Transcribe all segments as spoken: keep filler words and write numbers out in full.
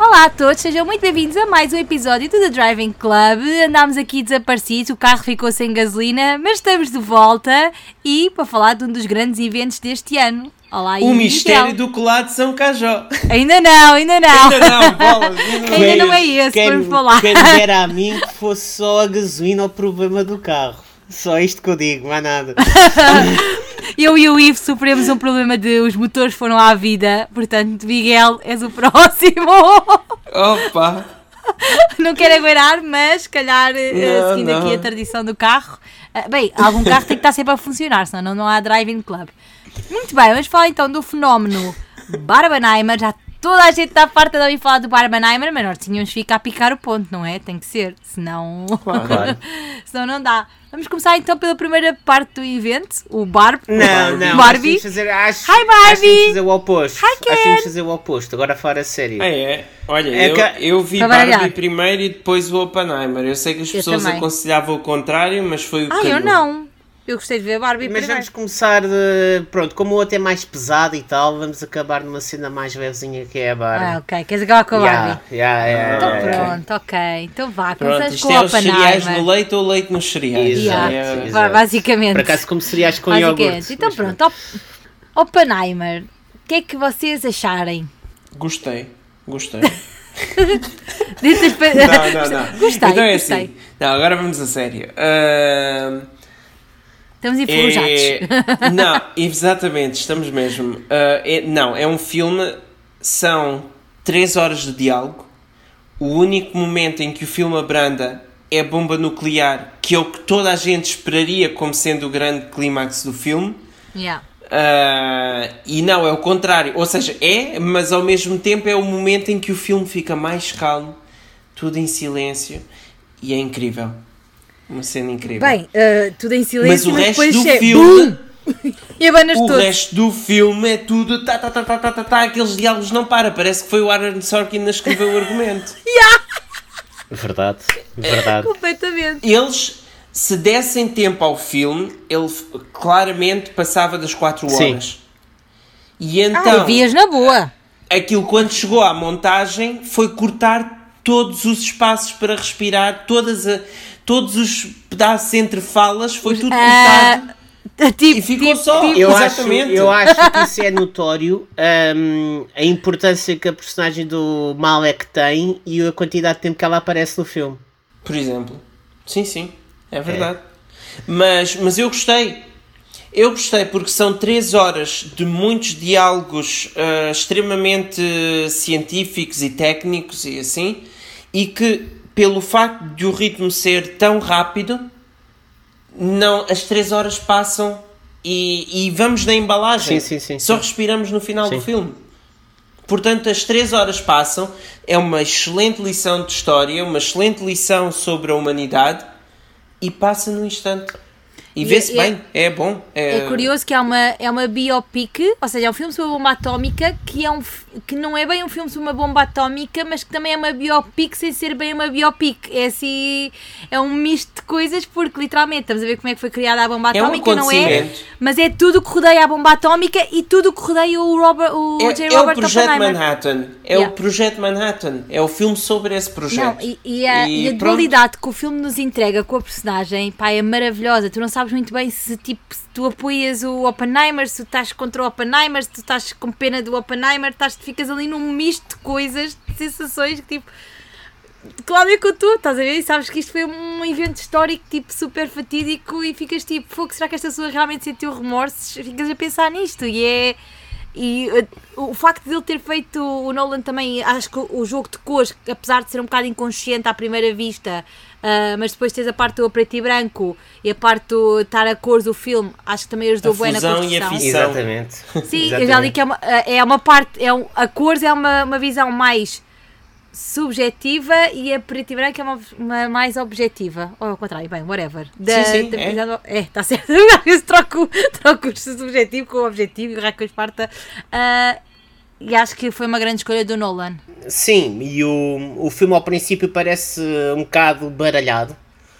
Olá a todos, sejam muito bem-vindos a mais um episódio do The Driving Club. Andámos aqui desaparecidos, o carro ficou sem gasolina, mas estamos de volta e para falar de um dos grandes eventos deste ano. Olá, o mistério do colado de São Cajó. Ainda não, ainda não. Ainda não, bolas, ainda não. Ainda não é esse, quem, vamos falar. Quem me dera a mim que fosse só a gasolina o problema do carro. Só isto que eu digo, mais nada. Eu e o Ivo sofremos um problema de os motores foram à vida, portanto, Miguel, és o próximo. Opa! Não quero aguardar, mas se calhar, não, seguindo não. aqui a tradição do carro, bem, algum carro tem que estar sempre a funcionar, senão não há Driving Club. Muito bem, vamos falar então do fenómeno Barbenheimer. Já toda a gente está farta de ouvir falar do Barbenheimer, mas nós tínhamos que ficar a picar o ponto, não é? Tem que ser, senão, Claro. senão não dá. Vamos começar então pela primeira parte do evento, o Barb. Não, não, Barbie. acho que fazer, acho, Hi, Barbie. acho que temos de fazer o oposto. Hi, Acho que temos Ken. de fazer o oposto, agora fora a sério. Ah, é? Olha, É eu, que- eu vi Para Barbie variar. primeiro e depois o Oppenheimer. Eu sei que as Eu pessoas também. aconselhavam o contrário, mas foi o que Ah, eu calhou. não. Eu gostei de ver a Barbie Mas primeiro. vamos começar de... Pronto, como o outro é mais pesado e tal, vamos acabar numa cena mais levezinha que é a Barbie. Ah, ok. Queres acabar com a Barbie? Yeah, yeah, yeah, Então yeah, yeah. pronto, ok. Então vá, Pronto, começamos isto com é o os cereais Oppenheimer. no leite ou leite nos cereais. Exato. Yeah. É, Vá, basicamente. Por acaso como cereais com Basicamente. iogurte. Então mas pronto, Op- Oppenheimer. O que é que vocês acharem? Gostei, gostei. Ditas pa- Não, não, não. Gostei, então é gostei. assim. Não, agora vamos a sério. Ahm, Estamos enferrujados. É, não, exatamente, estamos mesmo. Ah, é- não, é um filme, são três horas de diálogo. O único momento em que o filme abranda é a bomba nuclear, que é o que toda a gente esperaria como sendo o grande clímax do filme. Yeah. Ah, e não, é o contrário. Ou seja, é, mas ao mesmo tempo é o momento em que o filme fica mais calmo, tudo em silêncio, e é incrível. Uma cena incrível. Bem, uh, tudo em silêncio, mas o mas resto depois do che- filme... Bum! E abanas O tudo. resto do filme é tudo tá, tá, tá, tá, tá, tá, tá, aqueles diálogos não para, parece que foi o Aaron Sorkin a escrever o argumento. Verdade, verdade. Completamente. Eles, se dessem tempo ao filme, ele f- claramente passava das quatro Sim. horas. E Ah, então, vias na boa. aquilo quando chegou à montagem foi cortar todos os espaços para respirar, todas a, todos os pedaços entre falas, foi tudo Ah, cortado. tipo, E ficou tipo, só. tipo- Eu acho, Exatamente. eu acho que isso é notório, hum, a importância que a personagem do Malek tem e a quantidade de tempo que ela aparece no filme. Por exemplo. Sim, sim. É verdade. Mas, mas eu gostei. Eu gostei porque são três horas de muitos diálogos ah, extremamente científicos e técnicos e assim, e que, pelo facto de o ritmo ser tão rápido, não, as três horas passam e, e vamos na embalagem. Sim, sim, sim, Só sim. respiramos no final Sim. do filme. Portanto, as três horas passam, é uma excelente lição de história, uma excelente lição sobre a humanidade e passa num instante. E, E vê-se é- bem, é bom. É, É curioso que é uma, é uma biopic, ou seja, é um filme sobre a bomba atómica que, é um, f- que não é bem um filme sobre uma bomba atómica, mas que também é uma biopic sem ser bem uma biopic. É assim, é um misto de coisas, porque literalmente estamos a ver como é que foi criada a bomba É um atómica, não é? acontecimento. Mas é tudo o que rodeia a bomba atómica e tudo o que rodeia o, Robert, o J. É, é o Robert Projeto Oppenheimer. Manhattan. É Yeah. o Projeto Manhattan. É o filme sobre esse projeto. Não, e, e a, e a pronto. dualidade que o filme nos entrega com a personagem, pá, é maravilhosa. Tu não sabes muito bem se, tipo, se tu apoias o Oppenheimer, se tu estás contra o Oppenheimer, se tu estás com pena do Oppenheimer, estás, ficas ali num misto de coisas, de sensações que, tipo, claro é que eu estou, estás a ver? E sabes que isto foi um evento histórico, tipo, super fatídico e ficas tipo, fogo, será que esta pessoa realmente sentiu remorsos? Ficas a pensar nisto e é... E uh, o facto de ele ter feito o Nolan também, acho que o jogo de cores, apesar de ser um bocado inconsciente à primeira vista, uh, mas depois tens a parte do preto e branco e a parte do estar a cores do filme, acho que também ajudou A bem na fusão e a construção. fissão. Exatamente. Sim, Exatamente. eu já li que é uma, é uma parte, é um, a cores é uma, uma visão mais subjetiva e a preto e branco é uma, uma mais objetiva, ou ao contrário, bem, whatever. Da, Sim, sim, da é. visão- é, está certo. Às vezes troco, troco o subjetivo com o objetivo e o raio que esparta. Ah, e acho que foi uma grande escolha do Nolan. Sim, e o, o filme ao princípio parece um bocado baralhado.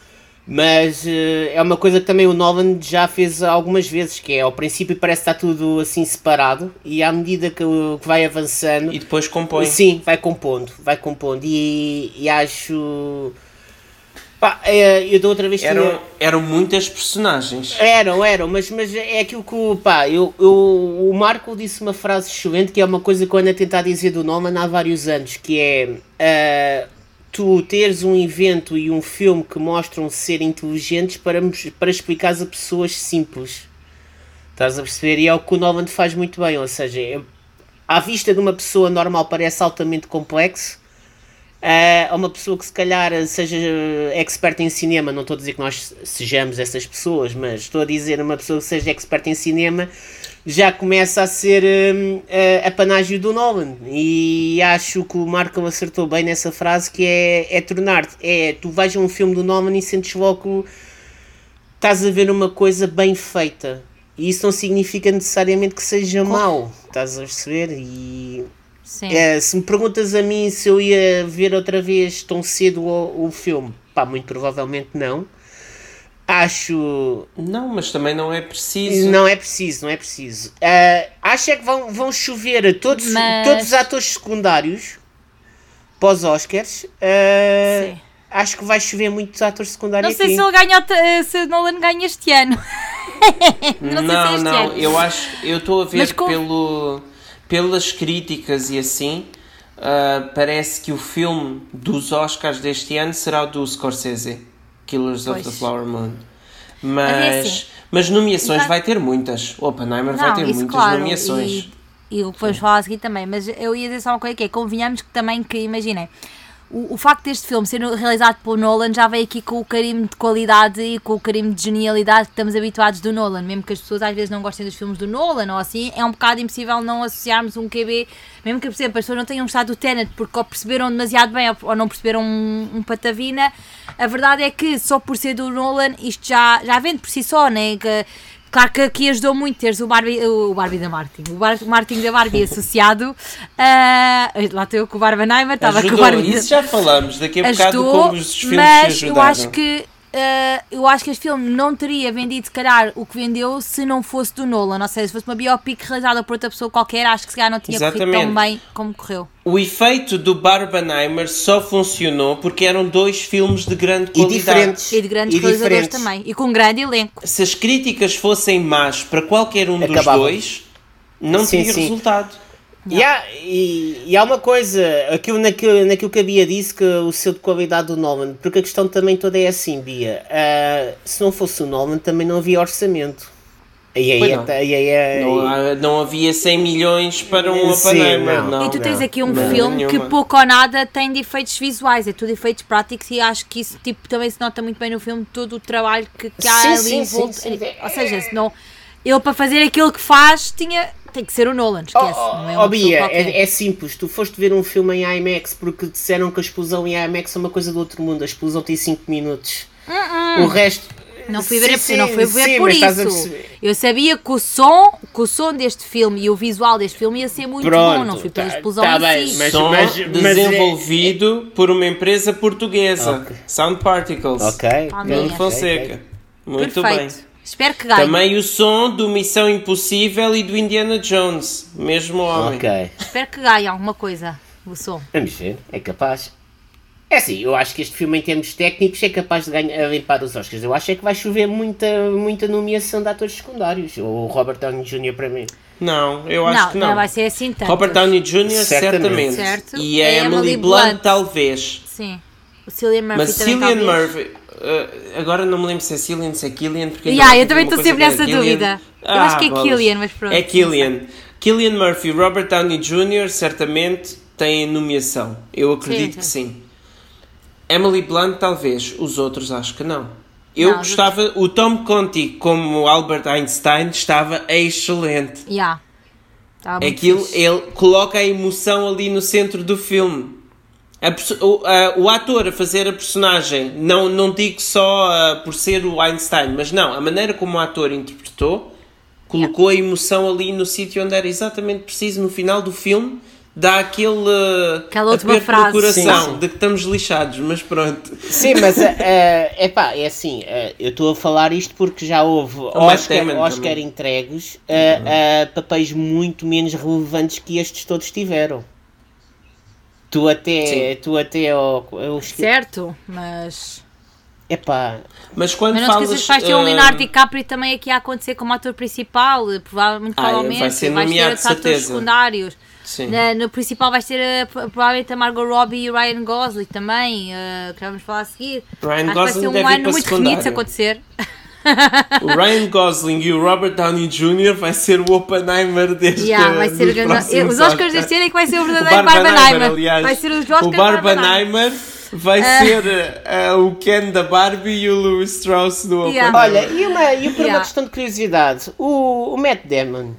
Mas uh, é uma coisa que também o Nolan já fez algumas vezes, que é ao princípio parece que está tudo assim separado e à medida que, que vai avançando... E depois compõe. Sim, vai compondo, vai compondo e, e acho... Pá, eu da outra vez eram, tinha... eram muitas personagens. Eram, eram, mas, mas é aquilo que pá, eu, eu, o Marco disse uma frase excelente que é uma coisa que eu ando a tentar dizer do Nolan há vários anos, que é uh, tu teres um evento e um filme que mostram ser inteligentes para, para explicar a pessoas simples. Estás a perceber? E é o que o Nolan faz muito bem, ou seja, é, à vista de uma pessoa normal parece altamente complexo. A uh, uma pessoa que se calhar seja experta em cinema, não estou a dizer que nós sejamos essas pessoas, mas estou a dizer uma pessoa que seja experta em cinema já começa a ser um, a, a panágio do Nolan, e acho que o Marco acertou bem nessa frase, que é, é tornar-te, é, tu vais a um filme do Nolan e sentes logo que estás a ver uma coisa bem feita, e isso não significa necessariamente que seja mau, estás a perceber? E... É, se me perguntas a mim se eu ia ver outra vez tão cedo o, o filme, pá, muito provavelmente não. Acho... Não, mas também não é preciso. Não é preciso, não é preciso. Uh, acho é que vão, vão chover todos, mas... todos os atores secundários para os Oscars. Uh, acho que vai chover muitos atores secundários. Não sei aqui. se ele ganha, se o Nolan ganha este ano. não, não, sei se é este não ano. eu acho, eu estou a ver com... pelo... pelas críticas e assim, uh, parece que o filme dos Oscars deste ano será o do Scorsese, Killers pois. of the Flower Moon. Mas, mas, é assim, mas nomeações vai... vai ter muitas. O Oppenheimer não, vai ter muitas claro, nomeações. E, e o que vamos falar a seguir também. Mas eu ia dizer só uma coisa que é, convenhamos que também, que imaginem, o, o facto deste filme ser realizado pelo Nolan já veio aqui com o carimbo de qualidade e com o carimbo de genialidade que estamos habituados do Nolan, mesmo que as pessoas às vezes não gostem dos filmes do Nolan ou assim, é um bocado impossível não associarmos um Q B, mesmo que por exemplo as pessoas não tenham gostado do Tenet porque ou perceberam demasiado bem ou não perceberam um, um patavina, a verdade é que só por ser do Nolan isto já, já vende por si só, né? Que, claro que aqui ajudou muito teres o Barbie, o Barbie da Martin, o, Bar, o Martin da Barbie associado. Uh, lá estou com o Barbenheimer, estava com o Barbie. Isso já falamos, daqui a ajudou, bocado como os filmes mas se ajudaram. eu acho que Uh, eu acho que este filme não teria vendido, se calhar, o que vendeu se não fosse do Nolan. Ou seja, se fosse uma biopic realizada por outra pessoa qualquer, acho que se calhar não tinha Exatamente. corrido tão bem como correu. O efeito do Barbenheimer só funcionou porque eram dois filmes de grande qualidade. E diferentes. E de grandes e realizadores diferentes. também. E com um grande elenco. Se as críticas fossem más para qualquer um Acabava. dos dois, não sim, teria sim. resultado. Yeah, e, e há uma coisa, aquilo, naquilo, naquilo que a Bia disse, que o selo de qualidade do Nolan, porque a questão também toda é assim, Bia, uh, se não fosse o Nolan também não havia orçamento. E aí, não. É, e aí, é, não, não havia cem milhões para um Oppenheimer. Não, e tu tens não, aqui um não, filme nenhuma. que pouco ou nada tem de efeitos visuais, é tudo efeitos práticos, e acho que isso tipo, também se nota muito bem no filme, todo o trabalho que, que há sim, ali sim, envolto. Sim, sim. Ou seja, se não, ele para fazer aquilo que faz tinha... Tem que ser o Nolan, esquece. Oh, não é oh, Bia, é, é simples. Tu foste ver um filme em IMAX porque disseram que a explosão em IMAX é uma coisa do outro mundo. A explosão tem cinco minutos. Uh -uh. O resto... Não fui ver, sim, não fui ver sim, por isso. Eu sabia que o som, que o som deste filme e o visual deste filme ia ser muito Pronto, bom. Não fui pela explosão tá, em tá si. Mas, som mas, mas desenvolvido é... por uma empresa portuguesa. Okay. Sound Particles. Ok. Bruno Fonseca. Okay, okay. Muito Perfeito. bem. Espero que ganhe. Também o som do Missão Impossível e do Indiana Jones. Mesmo homem. Ok. Espero que ganhe alguma coisa, o som. Vamos ver, é capaz. É assim, eu acho que este filme em termos técnicos é capaz de ganhar, limpar os Oscars. Eu acho é que vai chover muita, muita nomeação de atores secundários. O Robert Downey júnior para mim. Não, eu acho não, que não. Não vai ser assim tanto. Robert Downey júnior certamente. Certo. E a Emily, Emily Blunt, Blunt talvez. Sim. O Cillian Murphy Mas também Cillian talvez. Murphy... Uh, agora não me lembro se é Cillian, se é Killian, porque yeah, eu também estou sempre nessa dúvida. Ah, eu acho que é bolas. Killian, mas pronto. É Killian. Cillian Murphy e Robert Downey júnior certamente têm nomeação. Eu acredito sim, sim. que sim. Emily Blunt talvez, os outros acho que não. Eu não, gostava, eu... o Tom Conti como Albert Einstein estava excelente. Yeah. Aquilo, ele coloca a emoção ali no centro do filme. A, o, a, o ator a fazer a personagem, não, não digo só uh, por ser o Einstein, mas não, a maneira como o ator interpretou, colocou yeah. a emoção ali no sítio onde era exatamente preciso, no final do filme, dá aquele Aquela última aperto frase. no coração Sim, sim. de que estamos lixados, mas pronto. Sim, mas é uh, epá, é assim, uh, eu estou a falar isto porque já houve Matt Oscar, Damon Oscar também. entregues a uh, uh, papéis muito menos relevantes que estes todos tiveram. Tu até, Sim. tu até ao, ao Certo, mas... epá, Mas quando Mas não te falas... esqueças que vais ter um ah, Leonardo DiCaprio também aqui a acontecer como ator principal, provavelmente, Ah, provavelmente. vai ser vais ter nomeado, outros atores certeza. secundários. Sim. Na- no principal vais ter uh, provavelmente a Margot Robbie e o Ryan Gosling também, uh, que já vamos falar a seguir. Ryan Acho que vai Gosling ser um deve ir ano para muito bonito se secundário. acontecer. O Ryan Gosling e o Robert Downey Júnior vai ser o Oppenheimer deste Yeah, vai ser dos grande- próximos Os Oscars deste ano é que vai ser o O verdadeiro Barbenheimer, Barbenheimer. aliás. Vai ser os Oscars O Barbenheimer vai ser uh, o Ken da Barbie e o Louis Strauss do Yeah. Oppenheimer. olha, e, uma, e por uma Yeah. questão de curiosidade, o, o Matt Damon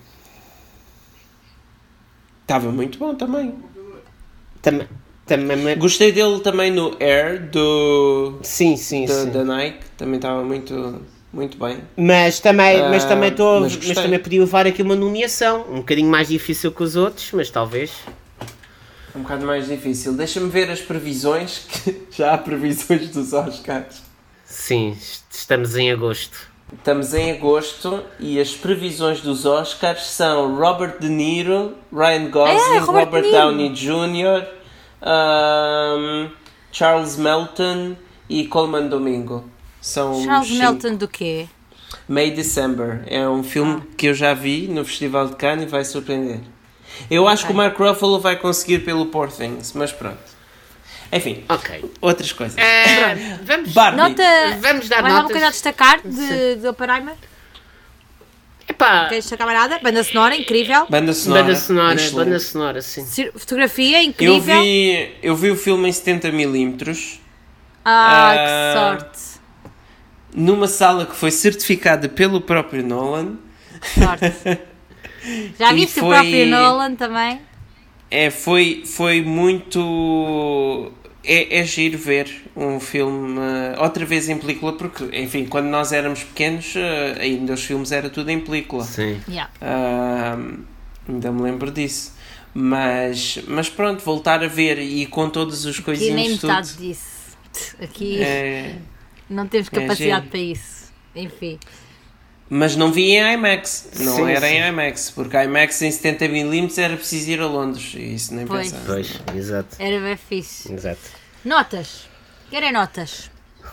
Estava muito bom também. também, também Gostei dele também no Air do, sim, sim, da, sim. da Nike. Também estava muito, muito bem. Mas também, mas Ah, também estou, mas mas, gostei. também podia levar aqui uma nomeação, um bocadinho mais difícil que os outros, mas talvez. Um bocado mais difícil. Deixa-me ver as previsões, que já há previsões dos Oscars. Sim, est- estamos em agosto. Estamos em agosto e as previsões dos Oscars são Robert De Niro, Ryan Gosling, É, Robert Robert, De Niro. Downey Júnior, um, Charles Melton e Coleman Domingo. São Charles os cinco. Melton do quê? May December. É um filme que eu já vi no Festival de Cannes e vai surpreender. Eu acho que o Mark Ruffalo vai conseguir pelo Poor Things, mas pronto. Enfim, Ok. outras coisas. Eh, vamos, Barbie. Nota. vamos dar Mais alguma notas. coisa a destacar de, de Oppenheimer? Epá, Queres destacar mais nada? Banda sonora, incrível. Banda sonora. banda sonora, excelente. banda sonora, sim. Cir- Fotografia, Eu incrível. vi, eu vi o filme em setenta milímetros Ah, Ah, que sorte. numa sala que foi certificada pelo próprio Nolan. Sorte. Já E viste foi- o próprio Nolan também? É, foi, foi muito... É, é giro ver um filme uh, outra vez em película, porque, enfim, quando nós éramos pequenos, uh, ainda os filmes era tudo em película. Sim. Yeah. Uh, ainda me lembro disso. Mas, mas pronto, voltar a ver e com todos os Aqui nem coisinhos tudo. metade disso. Aqui É, não temos é capacidade giro. para isso. Enfim. mas não vi em IMAX, não Sim, era sim. em IMAX, porque IMAX em setenta milímetros era preciso ir a Londres, e isso nem Pois. pensar. Pois, exato. Era bem fixe. Exato. Notas. Querem notas?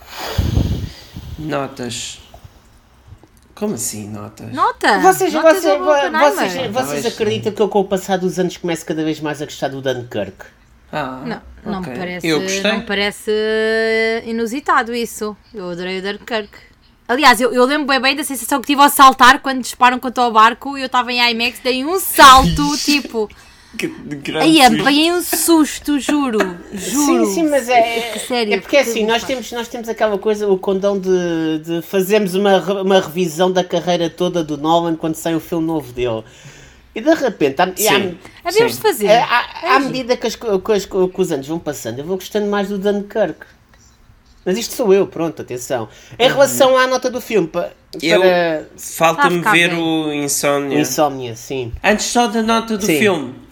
Notas. Como assim, notas? Nota! Vocês, Notas vocês, do Oppenheimer. vocês, vocês Talvez acreditam que eu com o passar dos anos começo cada vez mais a gostar do Dunkirk? Ah, Não, não, ok. me parece, Eu gostei. não me parece inusitado isso. Eu adorei o Dunkirk. Aliás, eu, eu lembro bem, bem da sensação que tive ao saltar quando disparam contra o barco e eu estava em IMAX, dei um salto, tipo... Que grande Aí susto. apanhei um susto, juro, juro. Sim, sim, mas é, Que sério, é porque que assim, nós bufa. temos, nós temos aquela coisa, o condão de, de fazermos uma, re- uma revisão da carreira toda do Nolan quando sai um filme novo dele. E de repente, à, Sim. Havíamos de Sim. fazer. à, à, à medida que, as, co- que, as, que os anos vão passando, eu vou gostando mais do Dunkirk. Mas isto sou eu, pronto, atenção. Em relação à nota do filme, pa- Eu- para Falta-me Tá a ficar ver bem. o Insomnia. Insómnia, sim. Antes só da nota do Sim. filme.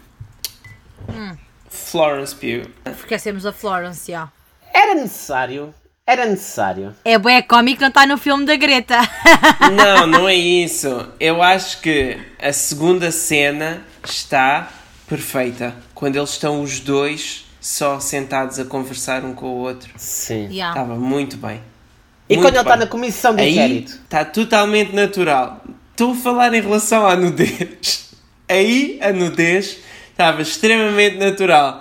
Florence Pugh. Esquecemos a Florence, já. Era necessário, era necessário. É bué cómico, não está no filme da Greta. Não, não é isso. Eu acho que a segunda cena está perfeita. Quando eles estão os dois só sentados a conversar um com o outro. Sim. Já. Estava muito bem. E Muito quando ele está bem. na comissão de Aí inquérito? está totalmente natural. Estou a falar em relação à nudez. Aí a nudez estava extremamente natural.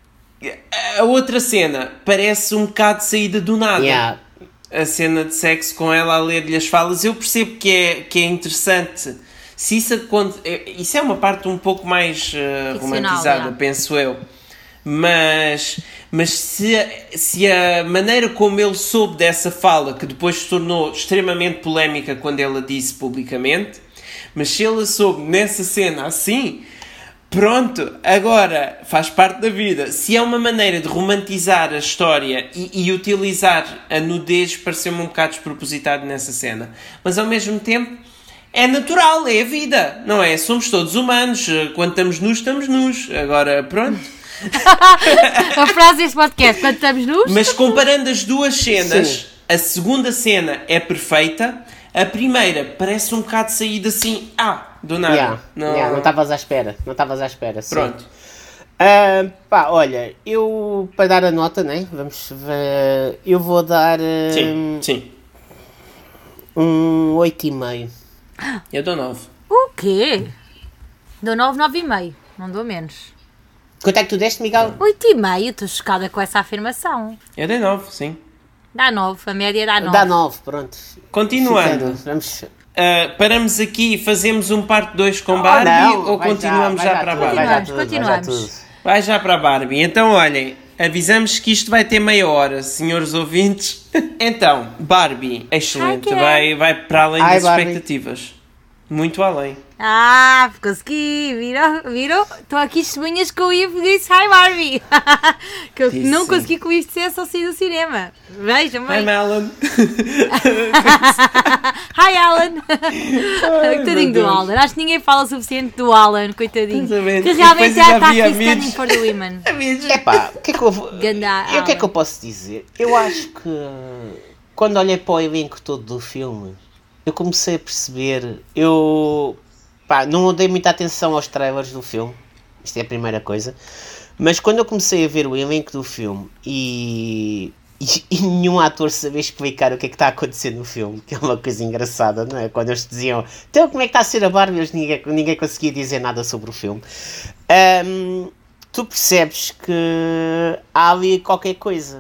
A outra cena parece um bocado de saída do nada. Yeah. A cena de sexo com ela a ler-lhe as falas. Eu percebo que é, que é interessante. Se isso, aconte- isso é uma parte um pouco mais uh, Ficcional, romantizada, yeah. penso eu. Mas, mas se, a- se a maneira como ele soube dessa fala, que depois se tornou extremamente polémica quando ela disse publicamente, mas se ele a soube nessa cena assim, pronto, agora faz parte da vida. Se é uma maneira de romantizar a história e, e utilizar a nudez, pareceu-me um bocado despropositado nessa cena. Mas ao mesmo tempo, é natural, é a vida, não é? Somos todos humanos, quando estamos nus, estamos nus. Agora, pronto. A frase deste podcast, quando estamos nus. Mas comparando as duas cenas, Sim. a segunda cena é perfeita, a primeira parece um bocado saída assim, ah, do nada. Yeah, não yeah, não estavas à espera, não estavas à espera. Sim. Pronto. Ah, pá, olha, eu, para dar a nota, né, vamos ver, eu vou dar ah, Sim, sim. um oito e meio. Eu dou nove. O quê? Dou nove, nove e meio. Não dou menos. Quanto é que tu deste, Miguel? oito e meio, estou chocada com essa afirmação. Eu dei nove, sim. Dá nove, a média dá nove. Dá nove, pronto. Continuando. Ficando, vamos... Uh, paramos aqui e fazemos um parte dois com Oh, Barbie não, ou vai continuamos já, já, vai para a tudo, Barbie? vai já Continuamos, tudo, vai já continuamos. tudo. Vai já para a Barbie. Então, olhem, avisamos que isto vai ter meia hora, senhores ouvintes. Então, Barbie, excelente. Ai, que é. Vai, vai para além Ai, das Barbie. expectativas. Muito além. Ah, consegui, viram? Viram? Estou aqui testemunhas que eu ia pedir isso. Hi Barbie! Que eu Disse não sim. consegui que eu isto dissesse ao sair do cinema. Vejam, Hi, bem. Melon. Hi Alan! Ai, Coitadinho meu do Deus. Alan. Acho que ninguém fala o suficiente do Alan, coitadinho. Estás a ver? Que E realmente depois já ainda está havia aqui amigos. standing for the women. Epá, o que é que eu vou... Ganda E o que é que eu Alan. posso dizer? Eu acho que quando olhei para o elenco todo do filme, eu comecei a perceber, eu pá, não dei muita atenção aos trailers do filme, isto é a primeira coisa, mas quando eu comecei a ver o elenco do filme e, e, e nenhum ator sabia explicar o que é que está a acontecer no filme, que é uma coisa engraçada, não é? Quando eles diziam, então como é que está a ser a Barbie, eles, ninguém, ninguém conseguia dizer nada sobre o filme. Ahm, tu percebes que há ali qualquer coisa.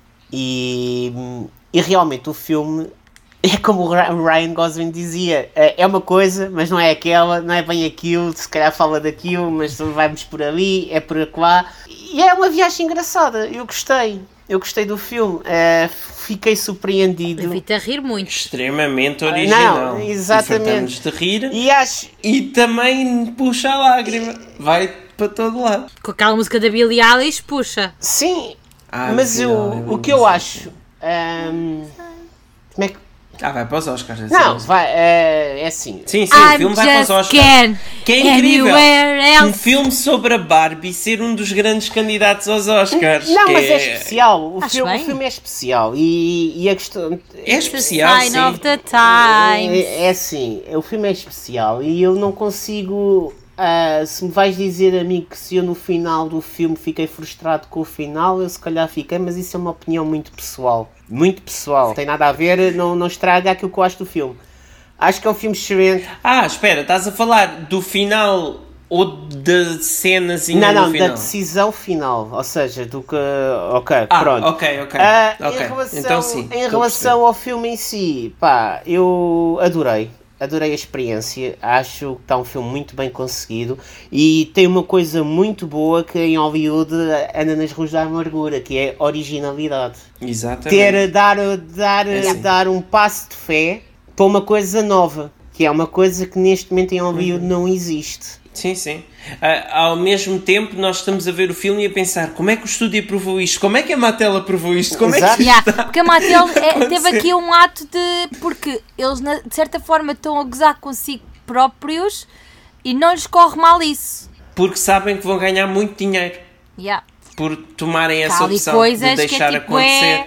E, e realmente o filme é como o Ra- o Ryan Gosling dizia, é é uma coisa, mas não é aquela, não é bem aquilo, se calhar fala daquilo, mas vamos por ali, é por lá. E é uma viagem engraçada, eu gostei, eu gostei do filme, eh, fiquei surpreendido. Eu vi-te a rir muito. Extremamente original. Não, exatamente. E fartamos de rir. E acho, E também puxa a lágrima. Vai para todo lado. Com aquela música da Billie Eilish, puxa. sim, Ah, mas no eu, final é o bem que eu isso. acho, ahm, como é que... Ah, vai para os Oscars. essa Não, música. vai, é, é assim. Sim, sim, o I'm filme vai para os just Oscars. can. Que é incrível. Anywhere Um else. filme sobre a Barbie ser um dos grandes candidatos aos Oscars. Não, que mas é especial. O Acho filme, o bem. filme é especial. E, e a questão. É especial, Sign sim. of the times. É, é assim, o filme é especial e eu não consigo. ah, se me vais dizer a mim que se eu no final do filme fiquei frustrado com o final, eu se calhar fiquei, mas isso é uma opinião muito pessoal. Muito pessoal. Não tem nada a ver, não, não estraga aquilo que eu acho do filme. Acho que é um filme excelente. Ah, espera, estás a falar do final ou da cenazinha Não, não, no da final? decisão final. Ou seja, do que. Ok, Ah, pronto. ok, ok. Ah, Ok, Em relação, então sim, em estou a relação ao filme em si, pá, eu adorei. Adorei a experiência. Acho que está um filme muito bem conseguido. E tem uma coisa muito boa que em Hollywood anda nas ruas da amargura, que é originalidade. Exatamente. Ter, dar, dar, assim. dar um passo de fé para uma coisa nova. Que é uma coisa que neste momento em Hollywood Uhum. não existe. Sim, sim. Ah, ao mesmo tempo, nós estamos a ver o filme e a pensar como é que o estúdio aprovou isto? Como é que a Mattel aprovou isto? Como é Exato. que Yeah, porque a Mattel é, teve acontecer? aqui um ato de. Porque eles, na- de certa forma, estão a gozar consigo próprios e não lhes corre mal isso. Porque sabem que vão ganhar muito dinheiro Yeah. por tomarem Há essa ali opção coisas de deixar que é tipo. acontecer.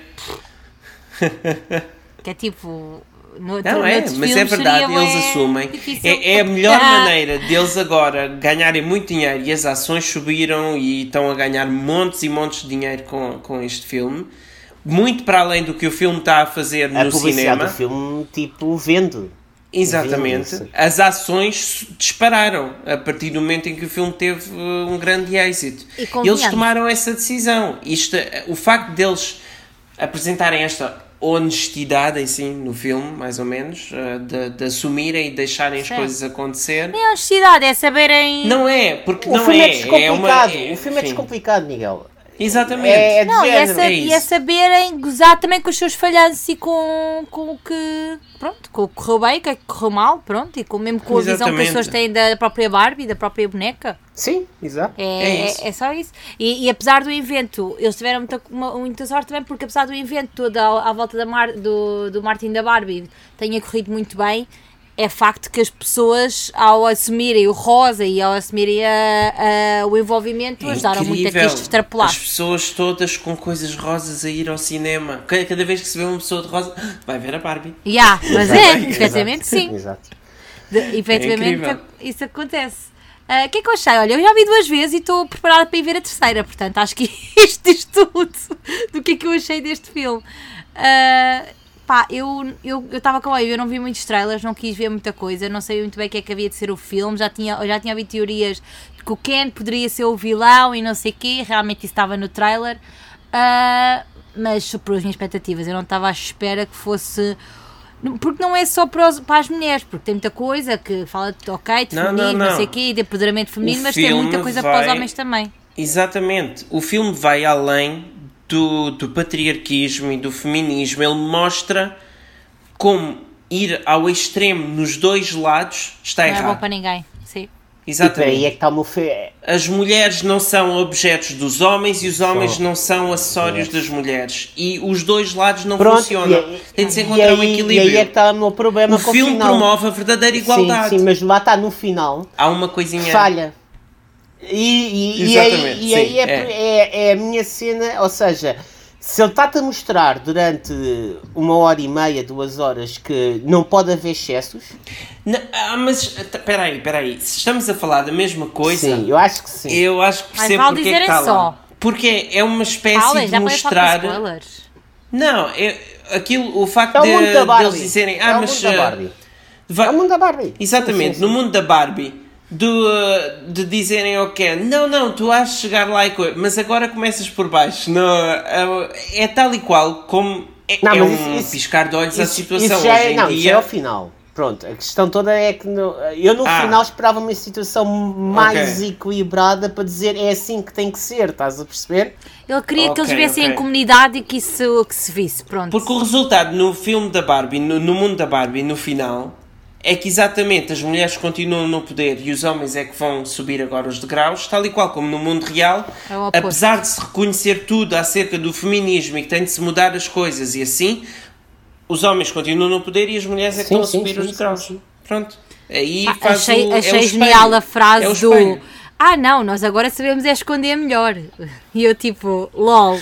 É, que é tipo. No, Não é, noutros mas é filmes verdade, seria eles bué assumem. difícil. É, é a melhor Ah, maneira deles agora ganharem muito dinheiro e as ações subiram e estão a ganhar montes e montes de dinheiro com, com este filme. Muito para além do que o filme está a fazer A no publicidade cinema. do filme, tipo, vende. Exatamente. Vende-se. As ações dispararam a partir do momento em que o filme teve uh, um grande êxito. E convenhamos. Eles tomaram essa decisão. Isto, o facto deles apresentarem esta honestidade em si no filme, mais ou menos, uh, de, de assumirem e deixarem as Certo. coisas acontecer. Nem a honestidade, é saberem. Não é, porque O não filme é, é. descomplicado. é uma, o filme é enfim. descomplicado, Miguel. Exatamente. É, é de Não, e é, género. sa- é e é isso. saberem gozar também com os seus falhanços e com, com o que. Pronto, com o que correu bem, o que é que correu mal, pronto, e com, mesmo com a visão que as Exatamente. pessoas têm da própria Barbie, da própria boneca. Sim, exato. É, É é, isso. é só isso. E, e apesar do evento, eles tiveram muita, uma- muita sorte também, porque apesar do evento todo à, à volta da Mar, do, do Martin da Barbie tenha corrido muito bem, é facto que as pessoas, ao assumirem o rosa e ao assumirem a, a, o envolvimento, É ajudaram muito a que incrível. isto extrapolasse. As pessoas todas com coisas rosas a ir ao cinema. Cada cada vez que se vê uma pessoa de rosa, vai ver a Barbie. Yeah, mas é, efetivamente sim. Exato. De, efetivamente incrível. isso acontece. O que é que eu achei? Olha, eu já vi duas vezes e estou preparada para ir ver a terceira, portanto acho que isto diz tudo do que é que eu achei deste filme. Uh, pá, eu estava com ele, eu não vi muitos trailers, não quis ver muita coisa, não sabia muito bem o que é que havia de ser o filme, já tinha, eu já tinha ouvido teorias de que o Ken poderia ser o vilão e não sei o quê, realmente isso estava no trailer, uh, mas superou as minhas expectativas, eu não estava à espera que fosse... Porque não é só para, os, para as mulheres, porque tem muita coisa que fala de ok, de Não, feminino, não, não, não. sei o quê, de empoderamento feminino, O mas tem muita filme coisa vai- para os homens também. Exatamente. O filme vai além do, do patriarquismo e do feminismo. Ele mostra como ir ao extremo nos dois lados está Não é bom errado. para ninguém, sim. E Exatamente. aí é que está o meu fe... As mulheres não são objetos dos homens e os homens São. não são acessórios das mulheres. E os dois lados não Pronto, funcionam. e aí- Tem de se e encontrar aí, um E equilíbrio. aí é que está o meu problema O com o filme final. promove a verdadeira igualdade. Sim, sim, mas lá está no final. Há uma coisinha... Falha. E, e, e aí, Exatamente, e aí sim, é, é. é. é a minha cena, ou seja, se ele está-te a mostrar durante uma hora e meia, duas horas, que não pode haver excessos, Não, ah, mas espera aí, espera aí. Se estamos a falar da mesma coisa, sim, eu acho que sim. eu acho que Mas percebo vale porque é que dizerem está só. lá. Porque é uma espécie Fala, de já podem falar mostrar... com spoilers. Não, é, aquilo, o facto É o de, mundo da Barbie. deles dizerem... Ah, é o mas... mundo da ah, Barbie. vai- É o mundo da Barbie. Exatamente, Sim, sim, no sim. mundo da Barbie, do, uh, de dizerem ao Ken, não, não, tu has de chegar lá e coisa, mas agora começas por baixo. Não, uh, é tal e qual como é, Não, é mas um isso- isso- piscar de olhos à Isso- situação isso já hoje é, em não, isso dia. é ao final. Pronto, a questão toda é que no- eu no Ah. final esperava uma situação mais Ok. equilibrada para dizer é assim que tem que ser, estás a perceber? Ele queria que Ok, eles vivessem ok. em comunidade e que isso que se visse, pronto. Porque o resultado no filme da Barbie, no, no mundo da Barbie, no final, é que exatamente as mulheres continuam no poder e os homens é que vão subir agora os degraus, tal e qual como no mundo real, É o oposto. apesar de se reconhecer tudo acerca do feminismo e que tem de se mudar as coisas e assim, os homens continuam no poder e as mulheres é que Sim, estão a sim, subir sim, os sim, degraus. sim. Pronto. Aí Ah, faz achei o, é achei o genial espelho. a frase É o do espelho. ah não, nós agora sabemos é esconder melhor. E eu tipo, lol,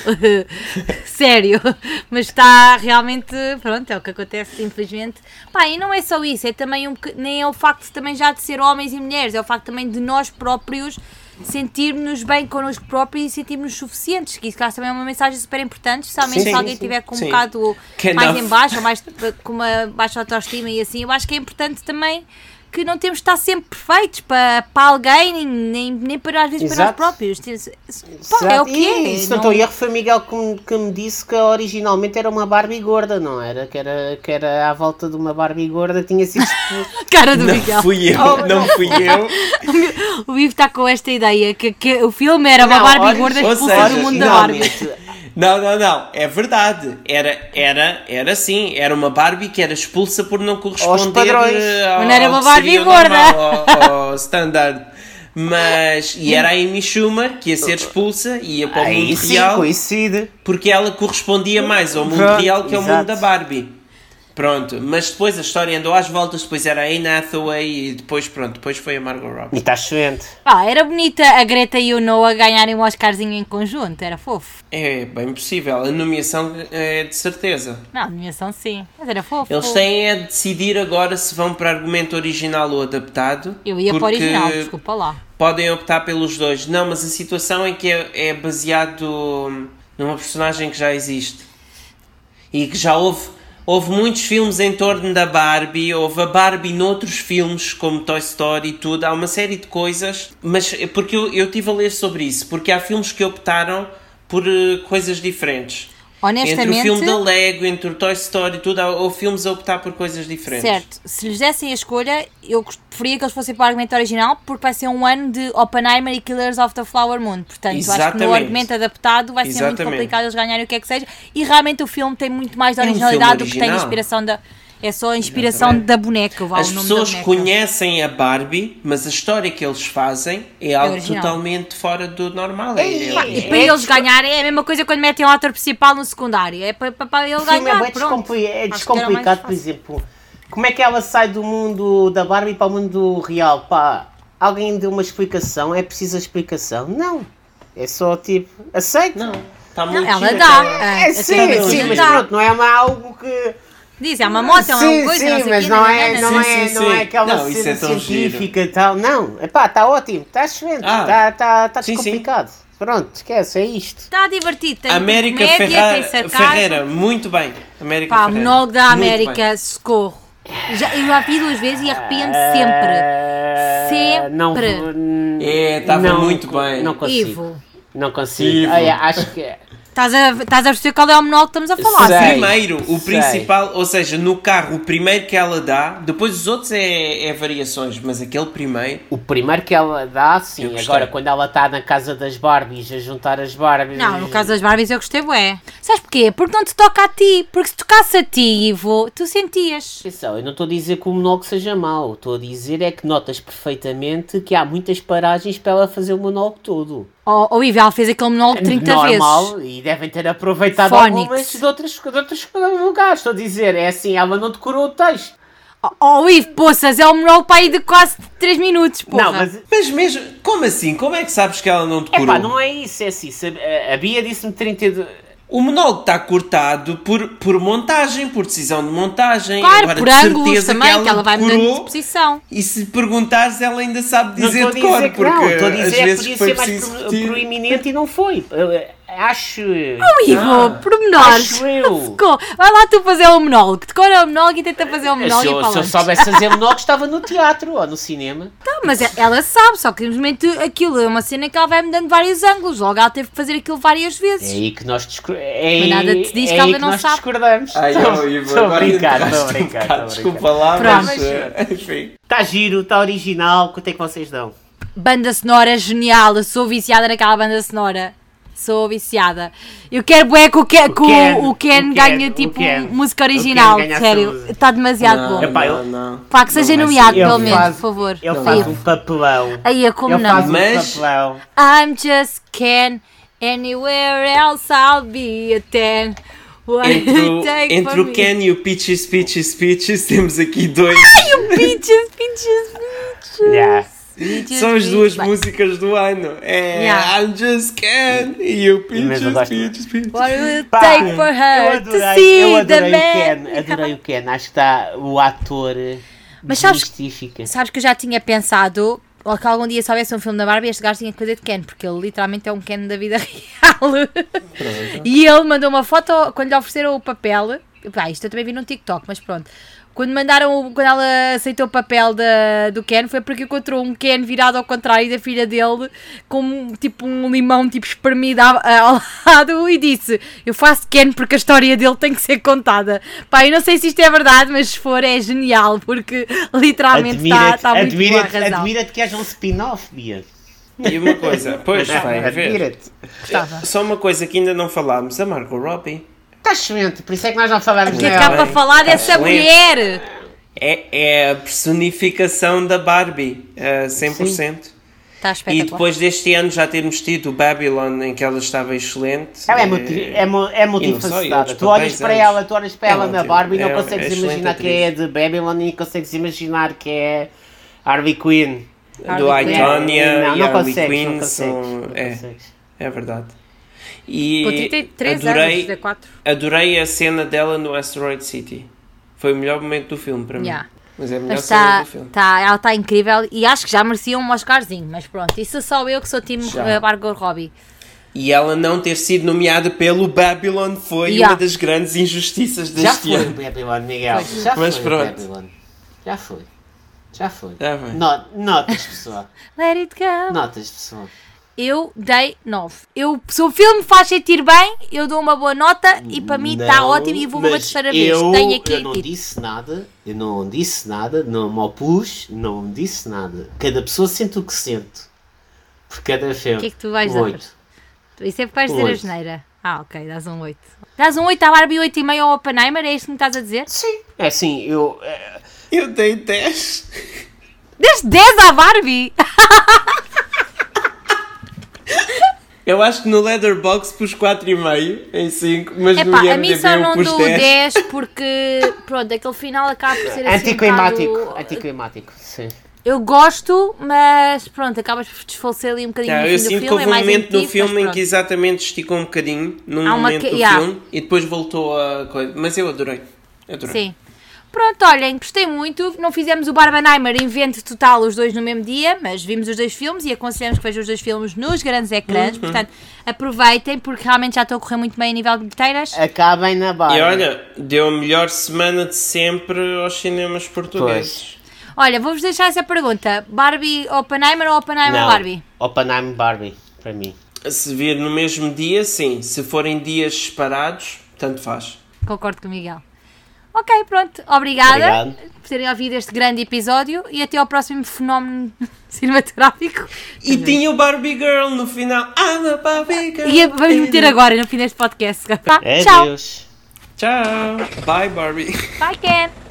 sério, mas está realmente, pronto, é o que acontece infelizmente. Pá, e não é só isso, é também um boc- nem é o facto também já de ser homens e mulheres, é o facto também de nós próprios sentirmos bem connosco próprios e sentirmos suficientes, que isso claro, também é uma mensagem super importante, especialmente Sim, se sim, alguém sim. tiver com um Sim. bocado Que mais enough. em baixo ou mais com uma baixa autoestima e assim, eu acho que é importante também que não temos de estar sempre perfeitos para, para alguém, nem, nem para às vezes para nós Exato. próprios. Pá, é o que é. E, se não estou em erro, foi Miguel que me, que me disse que originalmente era uma Barbie gorda, não era? Que era, que era à volta de uma Barbie gorda, tinha sido... Cara do Não Miguel. fui eu, Oh, não fui eu. O meu- O Ivo está com esta ideia que, que o filme era uma Não, Barbie olha, gorda ou expulsa seja, do mundo da Barbie. originalmente- Não, não, não, é verdade. Era, era, era assim, era uma Barbie que era expulsa por não corresponder padrões. eh, ao, Mas não era ao uma que Barbie seria o gorda. normal, ao, ao standard. Mas, e era a Amy Schumer que ia ser expulsa e ia para o Aí mundo sim, real coincide. porque ela correspondia mais ao mundo Pronto, real que ao exato. mundo da Barbie. Pronto, mas depois a história andou às voltas, depois era a Anne Hathaway e depois pronto, depois foi a Margot Robbie. E está excelente. Pá, era bonita a Greta e o Noah ganharem um Oscarzinho em conjunto, era fofo. É bem possível, a nomeação é de certeza. Não, a nomeação sim, mas era fofo. Eles têm é de decidir agora se vão para argumento original ou adaptado. Eu ia para o porque original, desculpa lá. podem optar pelos dois. Não, mas a situação é que é, é baseado numa personagem que já existe. E que já houve... Houve muitos filmes em torno da Barbie, houve a Barbie noutros filmes, como Toy Story e tudo, há uma série de coisas, mas é porque eu, eu estive a ler sobre isso, porque há filmes que optaram por uh, coisas diferentes. Honestamente, Entre o filme da Lego, entre o Toy Story e tudo, há, houve filmes a optar por coisas diferentes. certo, se lhes dessem a escolha, eu gost- preferia que eles fossem para o argumento original, porque vai ser um ano de Oppenheimer e Killers of the Flower Moon. Portanto, eu acho que no Exatamente. argumento adaptado vai ser muito Exatamente. complicado eles ganharem o que é que seja. E realmente o filme tem muito mais de É um originalidade filme do que tem a original. inspiração da. É só a inspiração Exatamente. da boneca, vá, As o nome da pessoas boneca. conhecem a Barbie, mas a história que eles fazem é algo original. totalmente fora do normal. É, Ei, é- Pá, e É para eles desco- ganharem é a mesma coisa quando metem um ator principal no secundário. É para, para, para ele O filme é, ganhar. bué Pronto. descompli- é Acho que era mais descomplicado, por fácil. exemplo, como é que ela sai do mundo da Barbie para o mundo real? Pá, alguém deu uma explicação? É preciso a explicação? Não. É só tipo, aceito. Não, está muito ela giro dá. aquela- Ah, É, a sim, sério, sim, ela mas dá. pronto, não é uma, algo que... Diz, é uma moto, é uma sim, coisa, sim, não sei o mas quê, não nananã, é, não, nananã. é, Sim, não sim. é aquela Não, isso cena é tão científica e tal. Não, epá, está ótimo, está excelente, Ah, está tá, tá sim, sim. descomplicado. Pronto, esquece, é isto. Está divertido, tem América comédia, Ferra- tem sarcasmo. Ferreira, muito bem. América Pá, o Ferreira. monólogo da Muito América, bem. socorro. Já, eu já vi duas vezes e arrepia-me Ah, sempre. Não, Sempre. n- É, estava não- muito bem. Não consigo. Ivo, Não consigo. Ivo. Olha, acho que. estás a, estás a perceber qual é o monólogo que estamos a falar? Sei. certo? Primeiro, o sei. principal, ou seja, no carro, o primeiro que ela dá, depois os outros é, é variações, mas aquele primeiro. O primeiro que ela dá, Eu sim. gostei. Agora, quando ela está na casa das Barbies, a juntar as Barbies. Não, no caso das Barbies eu gostei, bué. Sabes porquê? Porque não te toca a ti. Porque se tocasse a ti, Ivo, tu sentias. Atenção, eu não estou a dizer que o monólogo seja mau. Estou a dizer é que notas perfeitamente que há muitas paragens para ela fazer o monólogo todo. Oh, oh Ivo, ela fez aquele monólogo trinta Normal, vezes. e devem ter aproveitado Fónix. algumas de outros, de outros lugares. Estou a dizer, é assim, ela não decorou o texto. Oh, oh Ivo, poças, é um monólogo para aí de quase três minutos, porra. Não, mas Mas mesmo, como assim? Como é que sabes que ela não decorou? epá, não é isso, é assim. se- A a Bia disse-me trinta e dois. O monólogo está cortado por, por montagem, por decisão de montagem. Claro, Agora, por de ângulos certeza também, que que ela vai mudando de decorou, posição. e se perguntares, ela ainda sabe Não dizer estou a de cor, dizer que porque não, estou a às dizer que vezes podia foi ser mais preciso pro- repetir. proeminente e não foi. Eu, eh, acho. Oh Ivo, Ah, pormenores. acho eu. Ficou. Vai lá tu fazer o monólogo. Decora o monólogo e tenta fazer o monólogo Se e eu, fala se eu antes. soubesse fazer monólogo, estava no teatro ou no cinema. Tá, mas ela sabe, só que simplesmente aquilo é uma cena que ela vai mudando vários ângulos. Logo ela teve que fazer aquilo várias É vezes. aí que nós discordamos. É Mas nada aí- te diz é que aí ela não nós sabe. discordamos. Ai, Estou- não, Ivo, estou a agora brincar, entraste estou a um brincar. bocado, estou a brincar. Desculpa lá, Pronto. mas eh, enfim. Está giro, está original. Quanto é que vocês dão? Banda sonora genial. Eu sou viciada naquela banda sonora. Sou viciada. Eu quero bué que o Ken, que o- Ken, o Ken o Ken, ganhe o tipo Ken. música O Ken original. ganha essa Sério, música. está demasiado Não, bom. Epá, eu- não, não. Pá, que seja Não vai nomeado, ser. pelo Ele menos, faz- por favor. Ele Ivo. faz um papelão. Aí é como Ele não. faz um Mas- papelão. I'm just Ken. Anywhere else I'll be a ten. What Entre you o, take entre from o me? Ken e o Peaches, Peaches, Peaches, temos aqui dois. Peaches, peaches, peaches. Yeah. Peaches, São as duas peaches. músicas do ano. É Yeah. I'm Just Ken e o Mas Peaches, eu gosto- Peaches, Peaches. What will it Pá, take for eu her to adorei, see eu the adorei o Ken, man? adorei o Ken, acho que está o ator Mas sabes- justifica. Sabes que eu já tinha pensado ou que algum dia se houvesse um filme da Barbie este gajo tinha que fazer de Ken, porque ele literalmente é um Ken da vida real. E ele mandou uma foto quando lhe ofereceram o papel. Pá, isto eu também vi num TikTok, mas pronto. Quando mandaram, o- quando ela aceitou o papel da, do Ken, foi porque encontrou um Ken virado ao contrário da filha dele, com tipo um limão tipo espremido ao, ao lado, e disse: eu faço Ken porque a história dele tem que ser contada. Pá, eu não sei se isto é verdade, mas se for é genial, porque literalmente está tá muito boa a admira-te, razão. admira-te que haja um spin-off, Bia. E uma coisa, pois vai haver. Admira-te. Gostava. Só uma coisa que ainda não falámos, a Margot Robbie. Está excelente, por isso é que nós não falamos O que é que dela. há para falar Tá dessa excelente. mulher? É, é a personificação da Barbie, uh, cem por cento. Está E espetacular. depois deste ano já termos tido o Babylon, em que ela estava excelente. Ela é, eh, multi, é, mu- é multifacetada. outros Tu olhas papéis para antes. ela, tu olhas para ela Ela na tem- Barbie e não é- consegues é excelente imaginar que é de Babylon e consegues imaginar que é Harvey Quinn. do Harley Quinn. Itonia Não, e não Harley consegues, Quinn não consegues, são. não É, consegues. é verdade. E Com trinta e três anos, adorei, trinta e quatro. adorei a cena dela no Asteroid City. Foi o melhor momento do filme para Yeah. mim. Mas é a melhor Mas cena está, do filme. tá, ela está incrível e acho que já merecia um Oscarzinho, mas pronto, isso sou eu que sou time Já. uh, Margot Robbie. E ela não ter sido nomeada pelo Babylon foi Yeah. uma das grandes injustiças Já deste foi o ano. Babylon, Miguel. Foi. Já Mas foi pronto. o Babylon. Já foi. Já foi. Já foi. No- Notas, pessoal. Let it go. Notas, pessoal. Eu dei nove. Eu, se o filme faz sentir bem, eu dou uma boa nota e para mim está Não, ótimo e vou uma mas terceira vez. Eu, Tenho aqui eu não tipo, disse nada, eu não disse nada, não me opus, não me disse nada. Cada pessoa sente o que sente. Por cada filme. O que é que tu vais Um dar? oito. Isso é porque vais dizer a Oito. geneira. Ah, ok, dás um oito. Dás um oito à Barbie e oito e meio ao Oppenheimer, é isto que me estás a dizer? Sim. É assim, eu. é, Eu dei dez. Deste dez à Barbie! Eu acho que no Letterboxd pus quatro vírgula cinco em cinco, mas Epá, no a mim IMDb só eu não pus dou dez. dez porque, pronto, aquele final acaba por ser assim Anticlimático. um bocado... Anticlimático, sim. Eu gosto, mas pronto, acabas por desfalecer ali um bocadinho Tá, no eu fim do sinto que filme, houve é um mais momento no emotivo, filme mas em que pronto. exatamente esticou um bocadinho, num Há uma momento que- do yeah. filme, e depois voltou a coisa. Mas eu adorei. Adorei. Sim. Pronto, olhem, gostei muito. Não fizemos o Barbenheimer invento total os dois no mesmo dia, mas vimos os dois filmes e aconselhamos que vejam os dois filmes nos grandes ecrãs. Uhum. Portanto, aproveitem porque realmente já estou a correr muito bem a nível de bilheteiras. Acabem na barra. E olha, deu a melhor semana de sempre aos cinemas portugueses. Olha, vou-vos deixar essa pergunta. Barbie Oppenheimer ou Oppenheimer Não, Barbie? Oppenheimer Barbie, para mim. Se vir no mesmo dia, sim. Se forem dias separados, tanto faz. Concordo com o Miguel. Ok, pronto. Obrigada Obrigado. por terem ouvido este grande episódio e até ao próximo fenómeno cinematográfico. E tinha o Barbie Girl no final. I'm a Barbie Girl. E vamos meter agora no fim deste podcast. Tá? É Tchau. Deus. Tchau. Bye, Barbie. Bye, Ken.